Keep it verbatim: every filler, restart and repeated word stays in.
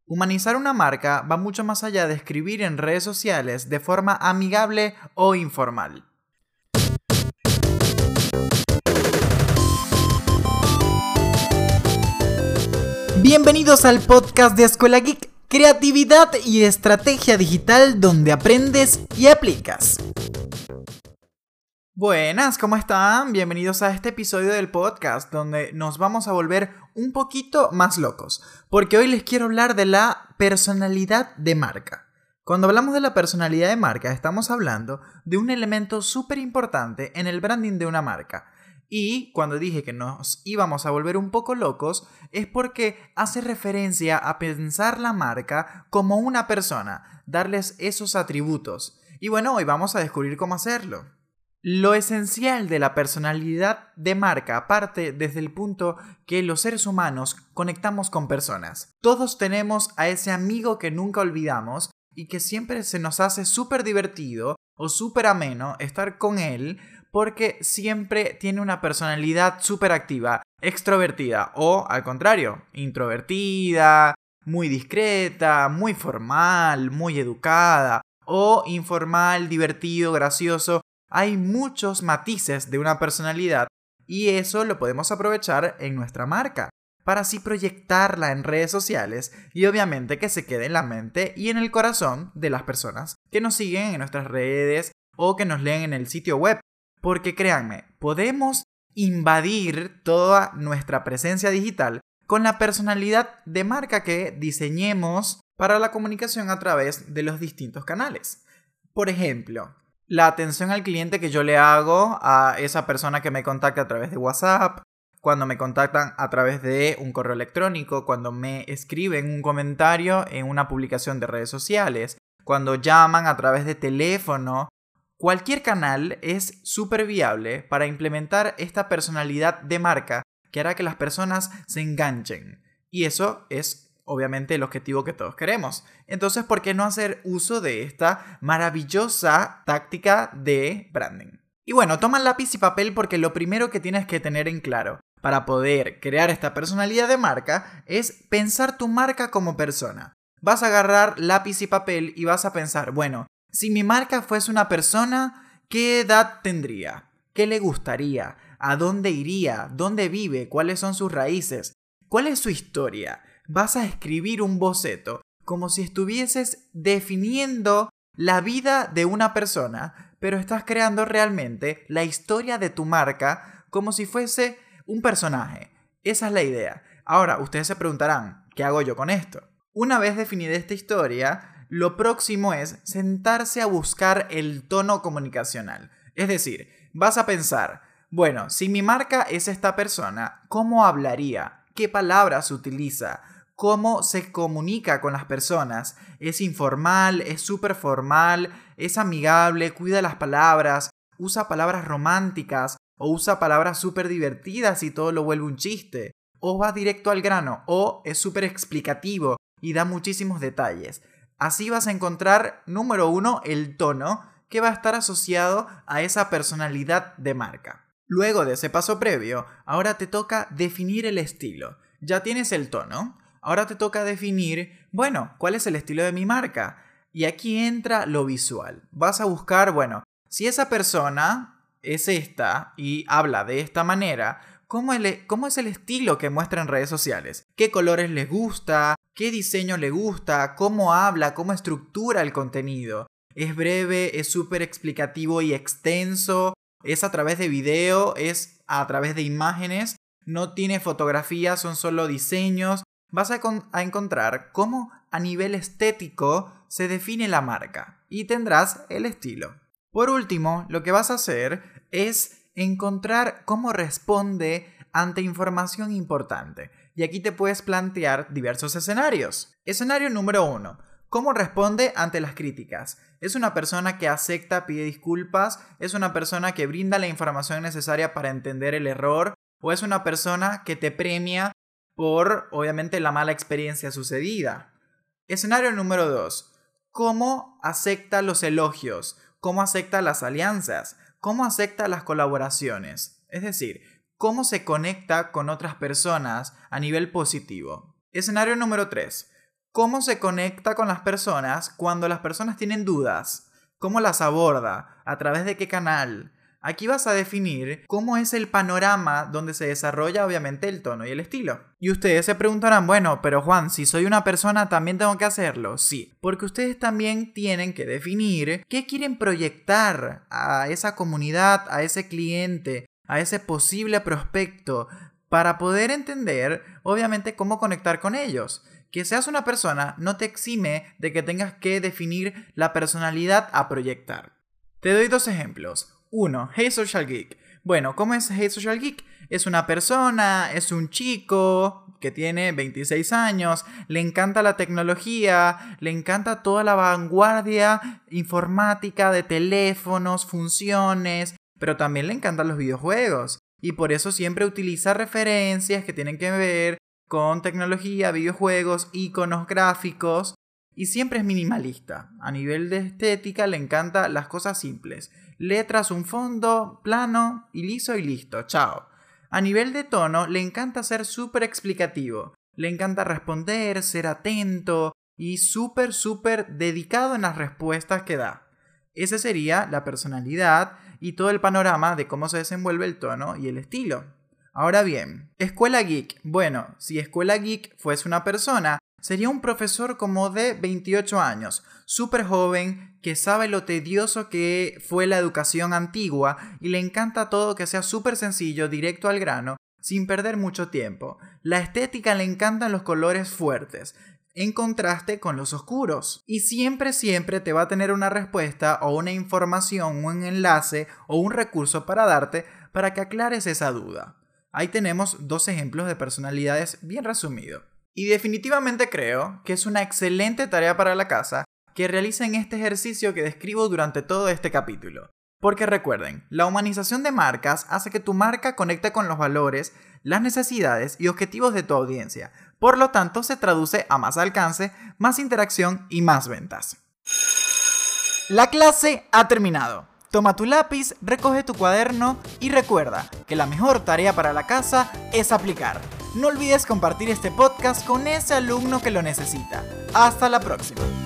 Humanizar una marca va mucho más allá de escribir en redes sociales de forma amigable o informal. Bienvenidos al podcast de Escuela Geek, creatividad y estrategia digital donde aprendes y aplicas. Buenas, ¿cómo están? Bienvenidos a este episodio del podcast donde nos vamos a volver un poquito más locos, porque hoy les quiero hablar de la personalidad de marca. Cuando hablamos de la personalidad de marca, estamos hablando de un elemento súper importante en el branding de una marca. Y cuando dije que nos íbamos a volver un poco locos, es porque hace referencia a pensar la marca como una persona, darles esos atributos. Y bueno, hoy vamos a descubrir cómo hacerlo. Lo esencial de la personalidad de marca parte desde el punto que los seres humanos conectamos con personas. Todos tenemos a ese amigo que nunca olvidamos y que siempre se nos hace súper divertido o súper ameno estar con él porque siempre tiene una personalidad súper activa, extrovertida o, al contrario, introvertida, muy discreta, muy formal, muy educada o informal, divertido, gracioso. Hay muchos matices de una personalidad y eso lo podemos aprovechar en nuestra marca para así proyectarla en redes sociales y obviamente que se quede en la mente y en el corazón de las personas que nos siguen en nuestras redes o que nos leen en el sitio web. Porque créanme, podemos invadir toda nuestra presencia digital con la personalidad de marca que diseñemos para la comunicación a través de los distintos canales. Por ejemplo, la atención al cliente que yo le hago a esa persona que me contacta a través de WhatsApp, cuando me contactan a través de un correo electrónico, cuando me escriben un comentario en una publicación de redes sociales, cuando llaman a través de teléfono. Cualquier canal es súper viable para implementar esta personalidad de marca que hará que las personas se enganchen. Y eso es obviamente el objetivo que todos queremos. Entonces, ¿por qué no hacer uso de esta maravillosa táctica de branding? Y bueno, toma lápiz y papel porque lo primero que tienes que tener en claro para poder crear esta personalidad de marca es pensar tu marca como persona. Vas a agarrar lápiz y papel y vas a pensar, bueno, si mi marca fuese una persona, ¿qué edad tendría? ¿Qué le gustaría? ¿A dónde iría? ¿Dónde vive? ¿Cuáles son sus raíces? ¿Cuál es su historia? Vas a escribir un boceto como si estuvieses definiendo la vida de una persona, pero estás creando realmente la historia de tu marca como si fuese un personaje. Esa es la idea. Ahora, ustedes se preguntarán, ¿qué hago yo con esto? Una vez definida esta historia, lo próximo es sentarse a buscar el tono comunicacional. Es decir, vas a pensar, bueno, si mi marca es esta persona, ¿cómo hablaría? ¿Qué palabras utiliza? ¿Cómo se comunica con las personas? ¿Es informal? ¿Es súper formal? ¿Es amigable? ¿Cuida las palabras? ¿Usa palabras románticas? ¿O usa palabras súper divertidas y todo lo vuelve un chiste? ¿O va directo al grano? ¿O es súper explicativo y da muchísimos detalles? Así vas a encontrar, número uno, el tono que va a estar asociado a esa personalidad de marca. Luego de ese paso previo, ahora te toca definir el estilo. Ya tienes el tono. Ahora te toca definir, bueno, ¿cuál es el estilo de mi marca? Y aquí entra lo visual. Vas a buscar, bueno, si esa persona es esta y habla de esta manera, ¿cómo, el, cómo es el estilo que muestra en redes sociales? ¿Qué colores les gusta? ¿Qué diseño le gusta? ¿Cómo habla? ¿Cómo estructura el contenido? ¿Es breve? ¿Es súper explicativo y extenso? ¿Es a través de video? ¿Es a través de imágenes? ¿No tiene fotografías? ¿Son solo diseños? Vas a, con- a encontrar cómo a nivel estético se define la marca y tendrás el estilo. Por último, lo que vas a hacer es encontrar cómo responde ante información importante. Y aquí te puedes plantear diversos escenarios. Escenario número uno. ¿Cómo responde ante las críticas? ¿Es una persona que acepta, pide disculpas? ¿Es una persona que brinda la información necesaria para entender el error? ¿O es una persona que te premia por, obviamente, la mala experiencia sucedida? Escenario número dos. ¿Cómo acepta los elogios? ¿Cómo acepta las alianzas? ¿Cómo acepta las colaboraciones? Es decir, ¿cómo se conecta con otras personas a nivel positivo? Escenario número tres. cómo se conecta con las personas cuando las personas tienen dudas, cómo las aborda, a través de qué canal. Aquí vas a definir cómo es el panorama donde se desarrolla obviamente el tono y el estilo. Y ustedes se preguntarán, bueno, pero Juan, si soy una persona, ¿también tengo que hacerlo? Sí, porque ustedes también tienen que definir qué quieren proyectar a esa comunidad, a ese cliente, a ese posible prospecto, para poder entender, obviamente, cómo conectar con ellos. Que seas una persona no te exime de que tengas que definir la personalidad a proyectar. Te doy dos ejemplos. Uno, Hey Social Geek. Bueno, ¿cómo es Hey Social Geek? Es una persona, es un chico que tiene veintiséis años, le encanta la tecnología, le encanta toda la vanguardia informática de teléfonos, funciones, pero también le encantan los videojuegos. Y por eso siempre utiliza referencias que tienen que ver con tecnología, videojuegos, iconos gráficos. Y siempre es minimalista. A nivel de estética le encantan las cosas simples. Letras, un fondo, plano y liso y listo. Chao. A nivel de tono le encanta ser súper explicativo. Le encanta responder, ser atento y súper, súper dedicado en las respuestas que da. Esa sería la personalidad y todo el panorama de cómo se desenvuelve el tono y el estilo. Ahora bien, Escuela Geek. Bueno, si Escuela Geek fuese una persona, sería un profesor como de veintiocho años, súper joven, que sabe lo tedioso que fue la educación antigua y le encanta todo que sea súper sencillo, directo al grano, sin perder mucho tiempo. La estética le encantan los colores fuertes, en contraste con los oscuros. Y siempre, siempre te va a tener una respuesta o una información, un enlace o un recurso para darte para que aclares esa duda. Ahí tenemos dos ejemplos de personalidades bien resumidos. Y definitivamente creo que es una excelente tarea para la casa que realicen este ejercicio que describo durante todo este capítulo. Porque recuerden, la humanización de marcas hace que tu marca conecte con los valores, las necesidades y objetivos de tu audiencia. Por lo tanto, se traduce a más alcance, más interacción y más ventas. La clase ha terminado. Toma tu lápiz, recoge tu cuaderno y recuerda que la mejor tarea para la casa es aplicar. No olvides compartir este podcast con ese alumno que lo necesita. Hasta la próxima.